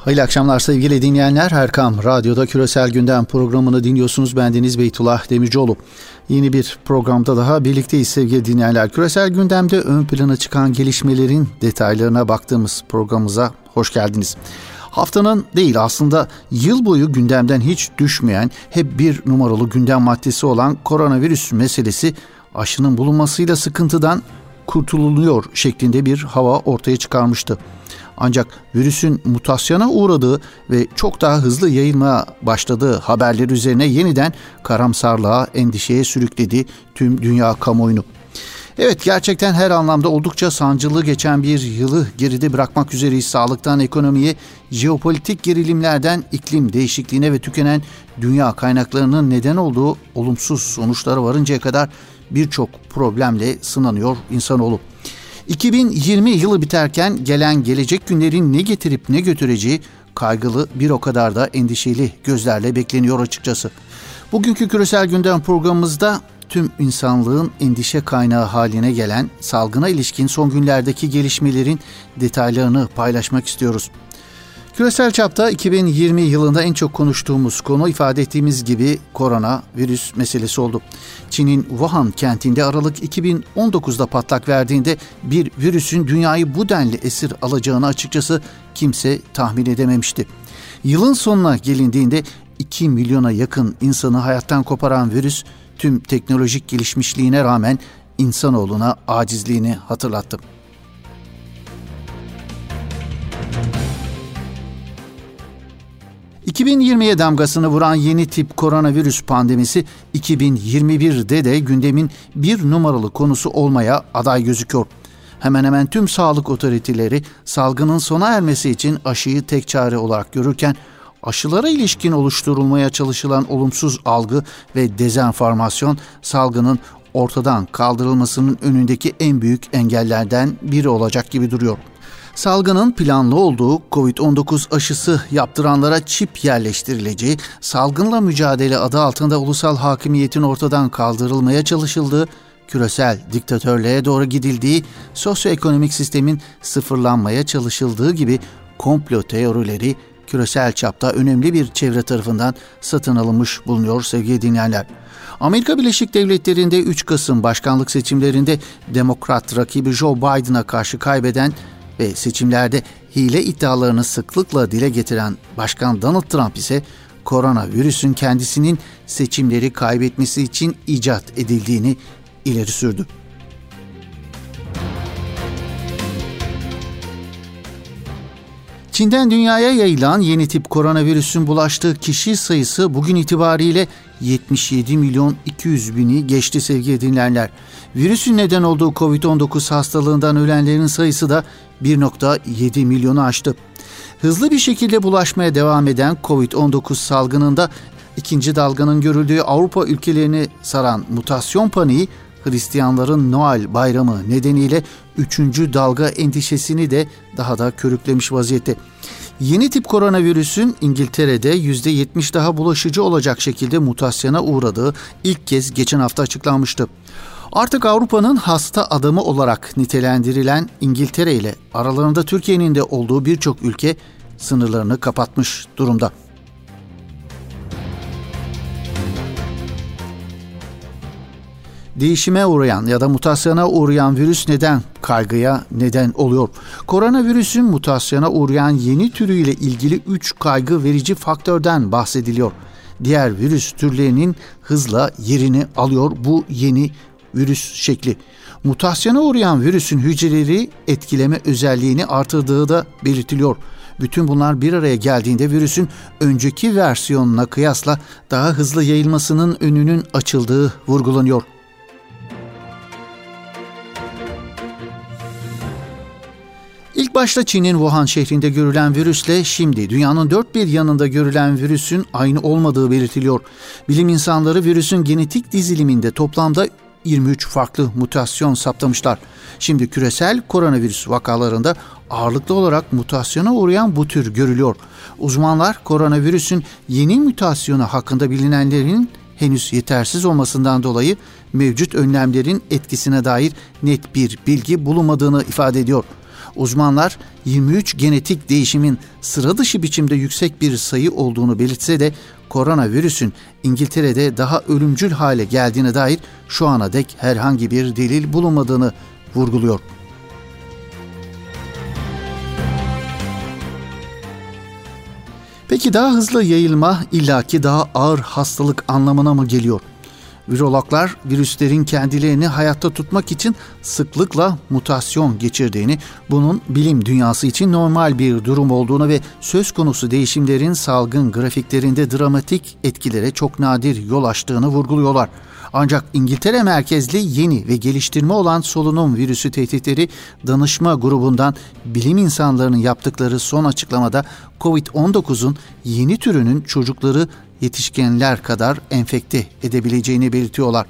Hayırlı akşamlar sevgili dinleyenler. Erkam Radyo'da Küresel Gündem programını dinliyorsunuz. Bendeniz Beytullah Demircioğlu. Yeni bir programda daha birlikteyiz sevgili dinleyenler. Küresel Gündem'de ön plana çıkan gelişmelerin detaylarına baktığımız programımıza hoş geldiniz. Haftanın değil aslında yıl boyu gündemden hiç düşmeyen, hep bir numaralı gündem maddesi olan koronavirüs meselesi aşının bulunmasıyla sıkıntıdan kurtulunuyor şeklinde bir hava ortaya çıkarmıştı. Ancak virüsün mutasyona uğradığı ve çok daha hızlı yayılmaya başladığı haberleri üzerine yeniden karamsarlığa, endişeye sürükledi tüm dünya kamuoyunu. Evet, gerçekten her anlamda oldukça sancılı geçen bir yılı geride bırakmak üzereyiz. Sağlıktan ekonomiye, jeopolitik gerilimlerden iklim değişikliğine ve tükenen dünya kaynaklarının neden olduğu olumsuz sonuçlara varıncaya kadar birçok problemle sınanıyor insanoğlu. 2020 yılı biterken gelen gelecek günlerin ne getirip ne götüreceği kaygılı, bir o kadar da endişeli gözlerle bekleniyor açıkçası. Bugünkü Küresel Gündem programımızda tüm insanlığın endişe kaynağı haline gelen salgına ilişkin son günlerdeki gelişmelerin detaylarını paylaşmak istiyoruz. Küresel çapta 2020 yılında en çok konuştuğumuz konu, ifade ettiğimiz gibi, koronavirüs meselesi oldu. Çin'in Wuhan kentinde Aralık 2019'da patlak verdiğinde bir virüsün dünyayı bu denli esir alacağını açıkçası kimse tahmin edememişti. Yılın sonuna gelindiğinde 2 milyona yakın insanı hayattan koparan virüs tüm teknolojik gelişmişliğine rağmen insanoğluna acizliğini hatırlattı. ...2020'ye damgasını vuran yeni tip koronavirüs pandemisi 2021'de de gündemin bir numaralı konusu olmaya aday gözüküyor. Hemen hemen tüm sağlık otoriteleri salgının sona ermesi için aşıyı tek çare olarak görürken, aşılara ilişkin oluşturulmaya çalışılan olumsuz algı ve dezenformasyon salgının ortadan kaldırılmasının önündeki en büyük engellerden biri olacak gibi duruyor. Salgının planlı olduğu COVID-19 aşısı yaptıranlara çip yerleştirileceği, salgınla mücadele adı altında ulusal hakimiyetin ortadan kaldırılmaya çalışıldığı, küresel diktatörlüğe doğru gidildiği, sosyoekonomik sistemin sıfırlanmaya çalışıldığı gibi komplo teorileri küresel çapta önemli bir çevre tarafından satın alınmış bulunuyor sevgili dinleyenler. Amerika Birleşik Devletleri'nde 3 Kasım başkanlık seçimlerinde Demokrat rakibi Joe Biden'a karşı kaybeden ve seçimlerde hile iddialarını sıklıkla dile getiren Başkan Donald Trump ise koronavirüsün kendisinin seçimleri kaybetmesi için icat edildiğini ileri sürdü. Çin'den dünyaya yayılan yeni tip koronavirüsün bulaştığı kişi sayısı bugün itibariyle 77 milyon 200 bini geçti sevgili dinleyenler. Virüsün neden olduğu COVID-19 hastalığından ölenlerin sayısı da 1,7 milyonu aştı. Hızlı bir şekilde bulaşmaya devam eden COVID-19 salgınında ikinci dalganın görüldüğü Avrupa ülkelerini saran mutasyon paniği, Hristiyanların Noel bayramı nedeniyle 3. dalga endişesini de daha da körüklemiş vaziyette. Yeni tip koronavirüsün İngiltere'de %70 daha bulaşıcı olacak şekilde mutasyona uğradığı ilk kez geçen hafta açıklanmıştı. Artık Avrupa'nın hasta adamı olarak nitelendirilen İngiltere ile aralarında Türkiye'nin de olduğu birçok ülke sınırlarını kapatmış durumda. Değişime uğrayan ya da mutasyona uğrayan virüs neden kaygıya neden oluyor? Koronavirüsün mutasyona uğrayan yeni türüyle ilgili 3 kaygı verici faktörden bahsediliyor. Diğer virüs türlerinin hızla yerini alıyor bu yeni virüs şekli. Mutasyona uğrayan virüsün hücreleri etkileme özelliğini artırdığı da belirtiliyor. Bütün bunlar bir araya geldiğinde virüsün önceki versiyonuna kıyasla daha hızlı yayılmasının önünün açıldığı vurgulanıyor. İlk başta Çin'in Wuhan şehrinde görülen virüsle şimdi dünyanın dört bir yanında görülen virüsün aynı olmadığı belirtiliyor. Bilim insanları virüsün genetik diziliminde toplamda 23 farklı mutasyon saptamışlar. Şimdi küresel koronavirüs vakalarında ağırlıklı olarak mutasyona uğrayan bu tür görülüyor. Uzmanlar koronavirüsün yeni mutasyonu hakkında bilinenlerin henüz yetersiz olmasından dolayı mevcut önlemlerin etkisine dair net bir bilgi bulunmadığını ifade ediyor. Uzmanlar 23 genetik değişimin sıra dışı biçimde yüksek bir sayı olduğunu belirtse de koronavirüsün İngiltere'de daha ölümcül hale geldiğine dair şu ana dek herhangi bir delil bulunmadığını vurguluyor. Peki daha hızlı yayılma illaki daha ağır hastalık anlamına mı geliyor? Virologlar virüslerin kendilerini hayatta tutmak için sıklıkla mutasyon geçirdiğini, bunun bilim dünyası için normal bir durum olduğunu ve söz konusu değişimlerin salgın grafiklerinde dramatik etkilere çok nadir yol açtığını vurguluyorlar. Ancak İngiltere merkezli yeni ve geliştirme olan solunum virüsü tehditleri danışma grubundan bilim insanlarının yaptıkları son açıklamada COVID-19'un yeni türünün çocukları yetişkinler kadar enfekte edebileceğini belirtiyorlar.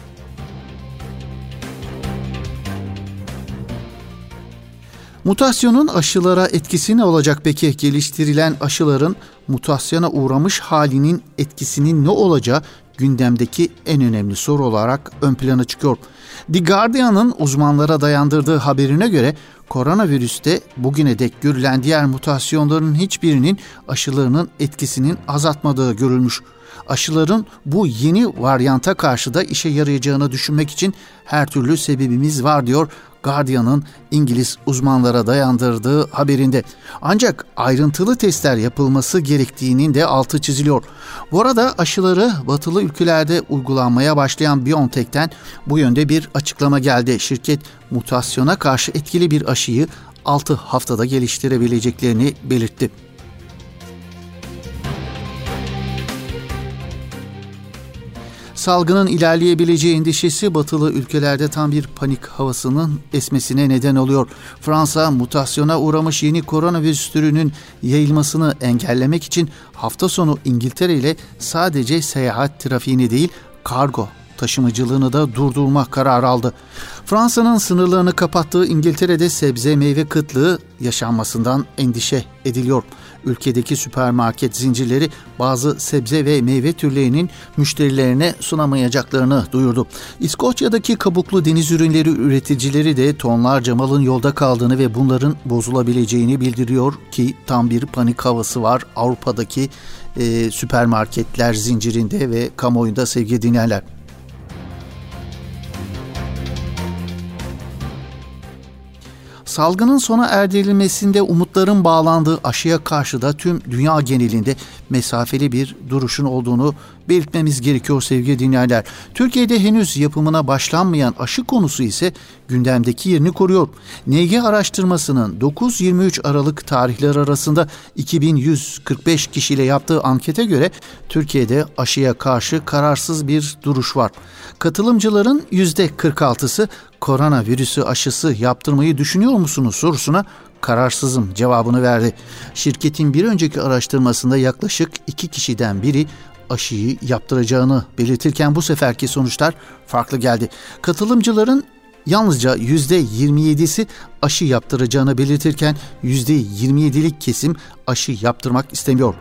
Mutasyonun aşılara etkisi ne olacak peki? Geliştirilen aşıların mutasyona uğramış halinin etkisinin ne olacağı gündemdeki en önemli soru olarak ön plana çıkıyor. The Guardian'ın uzmanlara dayandırdığı haberine göre koronavirüste bugüne dek görülen diğer mutasyonların hiçbirinin aşılarının etkisinin azaltmadığı görülmüş. Aşıların bu yeni varyanta karşı da işe yarayacağını düşünmek için her türlü sebebimiz var diyor Guardian'ın İngiliz uzmanlara dayandırdığı haberinde. Ancak ayrıntılı testler yapılması gerektiğinin de altı çiziliyor. Bu arada aşıları batılı ülkelerde uygulanmaya başlayan BioNTech'ten bu yönde bir açıklama geldi. Şirket mutasyona karşı etkili bir aşıyı 6 haftada geliştirebileceklerini belirtti. Salgının ilerleyebileceği endişesi batılı ülkelerde tam bir panik havasının esmesine neden oluyor. Fransa, mutasyona uğramış yeni koronavirüs türünün yayılmasını engellemek için hafta sonu İngiltere ile sadece seyahat trafiğini değil, kargo taşımacılığını da durdurma kararı aldı. Fransa'nın sınırlarını kapattığı İngiltere'de sebze meyve kıtlığı yaşanmasından endişe ediliyor. Ülkedeki süpermarket zincirleri bazı sebze ve meyve türlerinin müşterilerine sunamayacaklarını duyurdu. İskoçya'daki kabuklu deniz ürünleri üreticileri de tonlarca malın yolda kaldığını ve bunların bozulabileceğini bildiriyor ki tam bir panik havası var Avrupa'daki süpermarketler zincirinde ve kamuoyunda sevgili dinleyenler. Salgının sona erdirilmesinde umutların bağlandığı aşıya karşı da tüm dünya genelinde mesafeli bir duruşun olduğunu belirtmemiz gerekiyor sevgili dinleyenler. Türkiye'de henüz yapımına başlanmayan aşı konusu ise gündemdeki yerini koruyor. NG araştırmasının 9-23 Aralık tarihleri arasında 2145 kişiyle yaptığı ankete göre Türkiye'de aşıya karşı kararsız bir duruş var. Katılımcıların %46'sı koronavirüsü aşısı yaptırmayı düşünüyor musunuz sorusuna kararsızım cevabını verdi. Şirketin bir önceki araştırmasında yaklaşık 2 kişiden biri aşıyı yaptıracağını belirtirken bu seferki sonuçlar farklı geldi. Katılımcıların yalnızca %27'si aşı yaptıracağını belirtirken %27'lik kesim aşı yaptırmak istemiyor.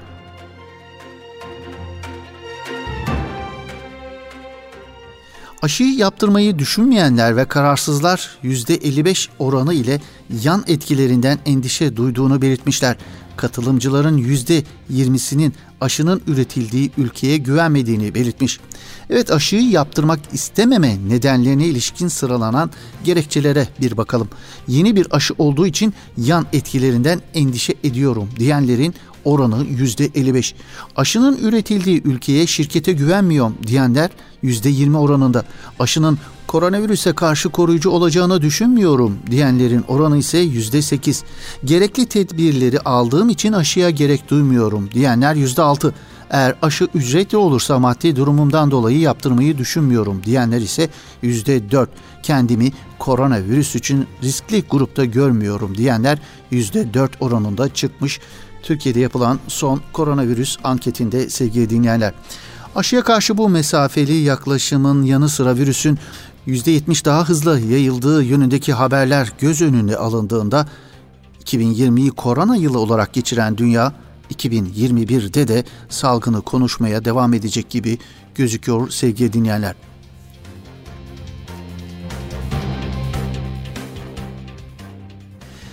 Aşıyı yaptırmayı düşünmeyenler ve kararsızlar %55 oranı ile yan etkilerinden endişe duyduğunu belirtmişler. Katılımcıların %20'sinin aşının üretildiği ülkeye güvenmediğini belirtmiş. Evet, aşıyı yaptırmak istememe nedenlerine ilişkin sıralanan gerekçelere bir bakalım. Yeni bir aşı olduğu için yan etkilerinden endişe ediyorum diyenlerin oranı %55. Aşının üretildiği ülkeye, şirkete güvenmiyorum diyenler %20 oranında. Aşının koronavirüse karşı koruyucu olacağını düşünmüyorum diyenlerin oranı ise %8. Gerekli tedbirleri aldığım için aşıya gerek duymuyorum diyenler %6. Eğer aşı ücretli olursa maddi durumumdan dolayı yaptırmayı düşünmüyorum diyenler ise %4. Kendimi koronavirüs için riskli grupta görmüyorum diyenler %4 oranında çıkmış. Türkiye'de yapılan son koronavirüs anketinde sevgili dinleyenler. Aşıya karşı bu mesafeli yaklaşımın yanı sıra virüsün %70 daha hızlı yayıldığı yönündeki haberler göz önüne alındığında 2020'yi korona yılı olarak geçiren dünya 2021'de de salgını konuşmaya devam edecek gibi gözüküyor sevgili dinleyenler.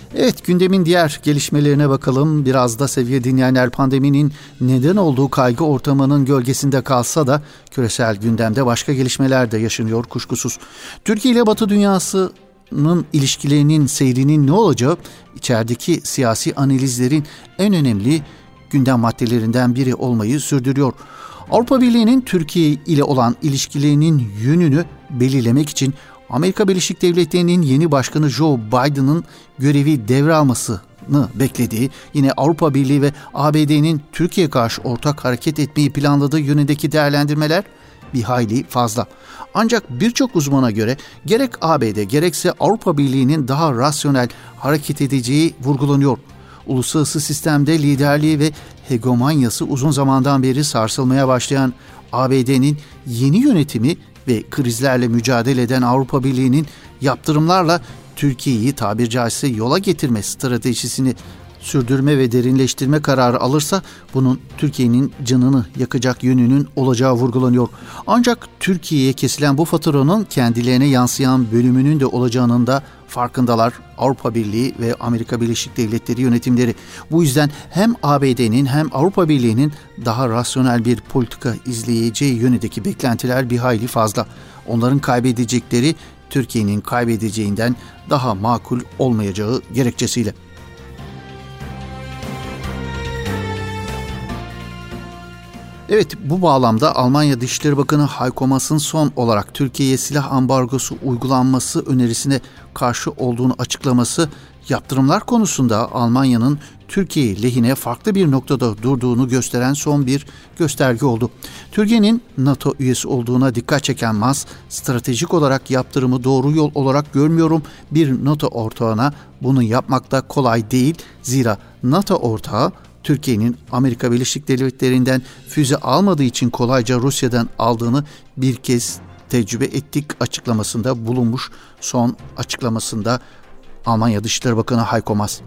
Evet, gündemin diğer gelişmelerine bakalım. Biraz da sevgili dinleyenler, pandeminin neden olduğu kaygı ortamının gölgesinde kalsa da küresel gündemde başka gelişmeler de yaşanıyor kuşkusuz. Türkiye ile Batı dünyasının ilişkilerinin seyrinin ne olacağı içerideki siyasi analizlerin en önemli gündem maddelerinden biri olmayı sürdürüyor. Avrupa Birliği'nin Türkiye ile olan ilişkilerinin yönünü belirlemek için Amerika Birleşik Devletleri'nin yeni başkanı Joe Biden'ın görevi devralmasını beklediği, yine Avrupa Birliği ve ABD'nin Türkiye'ye karşı ortak hareket etmeyi planladığı yönündeki değerlendirmeler bir hayli fazla. Ancak birçok uzmana göre gerek ABD gerekse Avrupa Birliği'nin daha rasyonel hareket edeceği vurgulanıyor. Uluslararası sistemde liderliği ve hegemonyası uzun zamandan beri sarsılmaya başlayan ABD'nin yeni yönetimi ve krizlerle mücadele eden Avrupa Birliği'nin yaptırımlarla Türkiye'yi tabiri caizse yola getirme stratejisini sürdürme ve derinleştirme kararı alırsa bunun Türkiye'nin canını yakacak yönünün olacağı vurgulanıyor. Ancak Türkiye'ye kesilen bu faturanın kendilerine yansıyan bölümünün de olacağının da farkındalar Avrupa Birliği ve Amerika Birleşik Devletleri yönetimleri. Bu yüzden hem ABD'nin hem Avrupa Birliği'nin daha rasyonel bir politika izleyeceği yönündeki beklentiler bir hayli fazla. Onların kaybedecekleri Türkiye'nin kaybedeceğinden daha makul olmayacağı gerekçesiyle. Evet, bu bağlamda Almanya Dışişleri Bakanı Heiko Maas'ın son olarak Türkiye'ye silah ambargosu uygulanması önerisine karşı olduğunu açıklaması, yaptırımlar konusunda Almanya'nın Türkiye lehine farklı bir noktada durduğunu gösteren son bir gösterge oldu. Türkiye'nin NATO üyesi olduğuna dikkat çeken Maas, stratejik olarak yaptırımı doğru yol olarak görmüyorum. Bir NATO ortağına bunu yapmak da kolay değil. Zira NATO ortağı Türkiye'nin Amerika Birleşik Devletleri'nden füze almadığı için kolayca Rusya'dan aldığını bir kez tecrübe ettik açıklamasında bulunmuş. Son açıklamasında Almanya Dışişleri Bakanı Heiko Maas.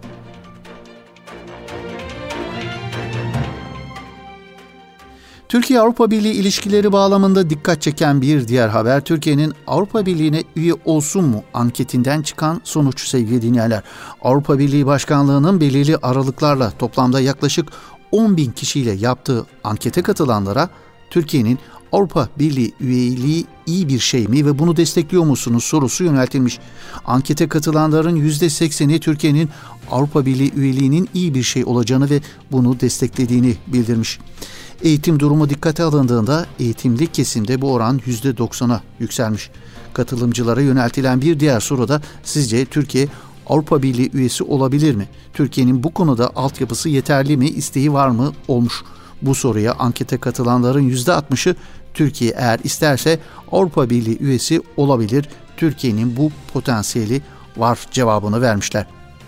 Türkiye-Avrupa Birliği ilişkileri bağlamında dikkat çeken bir diğer haber, Türkiye'nin Avrupa Birliği'ne üye olsun mu anketinden çıkan sonuç sevgili dinleyenler. Avrupa Birliği Başkanlığı'nın belirli aralıklarla toplamda yaklaşık 10.000 kişiyle yaptığı ankete katılanlara Türkiye'nin Avrupa Birliği üyeliği iyi bir şey mi ve bunu destekliyor musunuz sorusu yöneltilmiş. Ankete katılanların %80'i Türkiye'nin Avrupa Birliği üyeliğinin iyi bir şey olacağını ve bunu desteklediğini bildirmiş. Eğitim durumu dikkate alındığında eğitimli kesimde bu oran %90'a yükselmiş. Katılımcılara yöneltilen bir diğer soruda sizce Türkiye Avrupa Birliği üyesi olabilir mi? Türkiye'nin bu konuda altyapısı yeterli mi, isteği var mı olmuş. Bu soruya ankete katılanların %60'ı Türkiye eğer isterse Avrupa Birliği üyesi olabilir, Türkiye'nin bu potansiyeli var cevabını vermişler.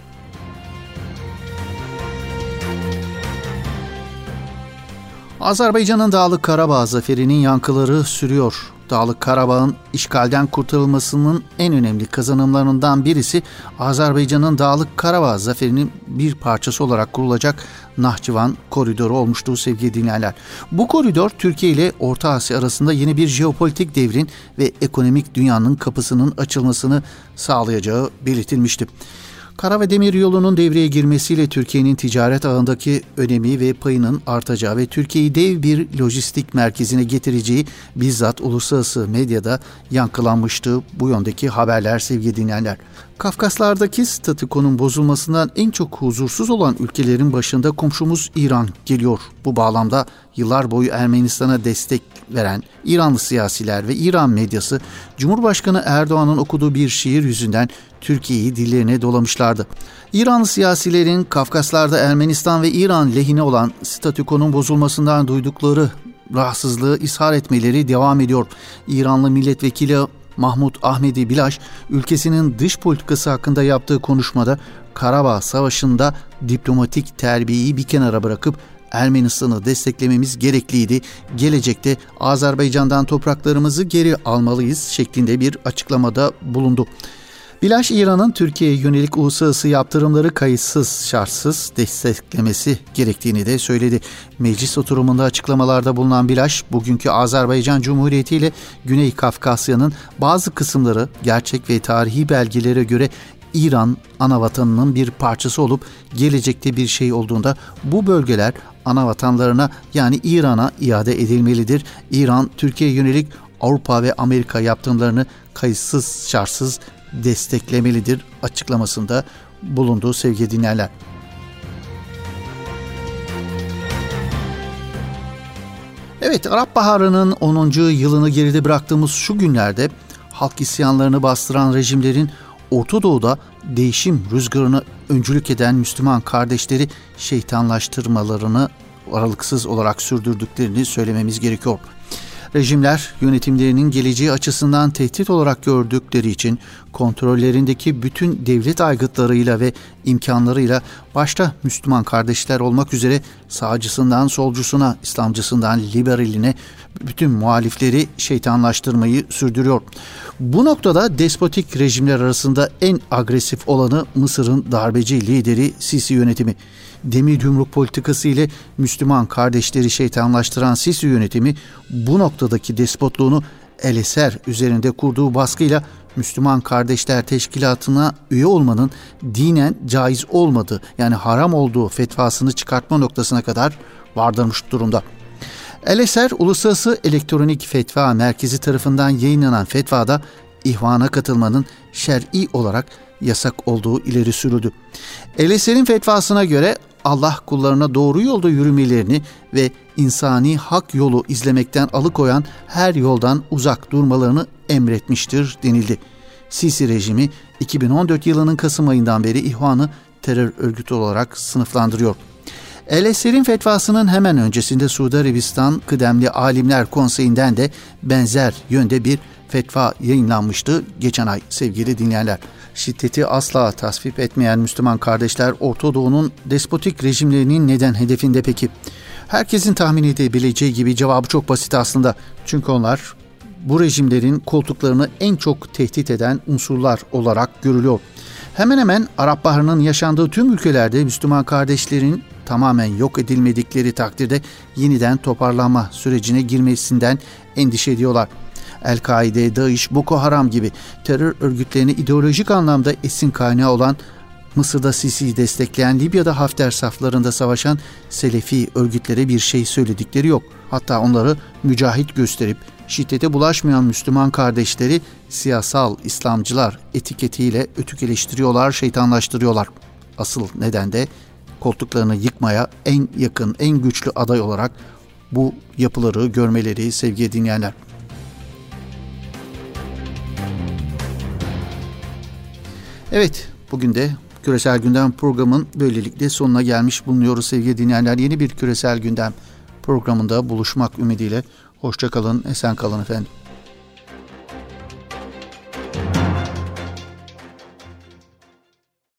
Azerbaycan'ın Dağlık Karabağ zaferinin yankıları sürüyor. Dağlık Karabağ'ın işgalden kurtarılmasının en önemli kazanımlarından birisi Azerbaycan'ın Dağlık Karabağ zaferinin bir parçası olarak kurulacak Nahçıvan koridoru olmuştu sevgili dinleyenler. Bu koridor Türkiye ile Orta Asya arasında yeni bir jeopolitik devrin ve ekonomik dünyanın kapısının açılmasını sağlayacağı belirtilmişti. Kara ve demir yolunun devreye girmesiyle Türkiye'nin ticaret ağındaki önemi ve payının artacağı ve Türkiye'yi dev bir lojistik merkezine getireceği bizzat uluslararası medyada yankılanmıştı bu yöndeki haberler sevgili dinleyenler. Kafkaslardaki statükonun bozulmasından en çok huzursuz olan ülkelerin başında komşumuz İran geliyor. Bu bağlamda yıllar boyu Ermenistan'a destek veren İranlı siyasiler ve İran medyası Cumhurbaşkanı Erdoğan'ın okuduğu bir şiir yüzünden Türkiye'yi dillerine dolamışlardı. İranlı siyasilerin Kafkaslar'da Ermenistan ve İran lehine olan statükonun bozulmasından duydukları rahatsızlığı ishar etmeleri devam ediyor. İranlı milletvekili Mahmut Ahmedi Bilaş, ülkesinin dış politikası hakkında yaptığı konuşmada Karabağ Savaşı'nda diplomatik terbiyeyi bir kenara bırakıp Ermenistan'ı desteklememiz gerekliydi. Gelecekte Azerbaycan'dan topraklarımızı geri almalıyız şeklinde bir açıklamada bulundu. Bilaş, İran'ın Türkiye'ye yönelik uluslararası yaptırımları kayıtsız şartsız desteklemesi gerektiğini de söyledi. Meclis oturumunda açıklamalarda bulunan Bilaş, bugünkü Azerbaycan Cumhuriyeti ile Güney Kafkasya'nın bazı kısımları gerçek ve tarihi belgelere göre İran anavatanının bir parçası olup gelecekte bir şey olduğunda bu bölgeler anavatanlarına yani İran'a iade edilmelidir. İran, Türkiye'ye yönelik Avrupa ve Amerika yaptırımlarını kayıtsız şartsız desteklemelidir açıklamasında bulunduğu sevgili dinleyenler. Evet, Arap Baharı'nın 10. yılını geride bıraktığımız şu günlerde halk isyanlarını bastıran rejimlerin Orta Doğu'da değişim rüzgarını öncülük eden Müslüman kardeşleri şeytanlaştırmalarını aralıksız olarak sürdürdüklerini söylememiz gerekiyor. Rejimler yönetimlerinin geleceği açısından tehdit olarak gördükleri için kontrollerindeki bütün devlet aygıtlarıyla ve imkanlarıyla başta Müslüman kardeşler olmak üzere sağcısından solcusuna, İslamcısından liberaline bütün muhalifleri şeytanlaştırmayı sürdürüyor. Bu noktada despotik rejimler arasında en agresif olanı Mısır'ın darbeci lideri Sisi yönetimi. Demir yumruk politikası ile Müslüman kardeşleri şeytanlaştıran Sisi yönetimi bu noktadaki despotluğunu El Eser üzerinde kurduğu baskıyla Müslüman Kardeşler Teşkilatı'na üye olmanın dinen caiz olmadığı yani haram olduğu fetvasını çıkartma noktasına kadar vardırmış durumda. El Eser Uluslararası Elektronik Fetva Merkezi tarafından yayınlanan fetvada ihvana katılmanın şer'i olarak yasak olduğu ileri sürüldü. El Eser'in fetvasına göre Allah kullarına doğru yolda yürümelerini ve insani hak yolu izlemekten alıkoyan her yoldan uzak durmalarını emretmiştir denildi. Sisi rejimi 2014 yılının Kasım ayından beri İhvan'ı terör örgütü olarak sınıflandırıyor. El Eser'in fetvasının hemen öncesinde Suudi Arabistan Kıdemli Alimler Konseyi'nden de benzer yönde bir fetva yayınlanmıştı geçen ay sevgili dinleyenler. Şiddeti asla tasvip etmeyen Müslüman kardeşler Orta Doğu'nun despotik rejimlerinin neden hedefinde peki? Herkesin tahmin edebileceği gibi cevabı çok basit aslında. Çünkü onlar bu rejimlerin koltuklarını en çok tehdit eden unsurlar olarak görülüyor. Hemen hemen Arap Baharı'nın yaşandığı tüm ülkelerde Müslüman kardeşlerin tamamen yok edilmedikleri takdirde yeniden toparlanma sürecine girmesinden endişe ediyorlar. El-Kaide, DAEŞ, Boko Haram gibi terör örgütlerini ideolojik anlamda esin kaynağı olan Mısır'da Sisi'yi destekleyen, Libya'da Hafter saflarında savaşan Selefi örgütlere bir şey söyledikleri yok. Hatta onları mücahit gösterip şiddete bulaşmayan Müslüman kardeşleri siyasal İslamcılar etiketiyle ötükeleştiriyorlar, şeytanlaştırıyorlar. Asıl neden de koltuklarını yıkmaya en yakın, en güçlü aday olarak bu yapıları görmeleri sevgili dinleyenler. Evet, bugün de Küresel Gündem programının böylelikle sonuna gelmiş bulunuyoruz sevgili dinleyenler. Yeni bir Küresel Gündem programında buluşmak ümidiyle hoşça kalın, esen kalın efendim.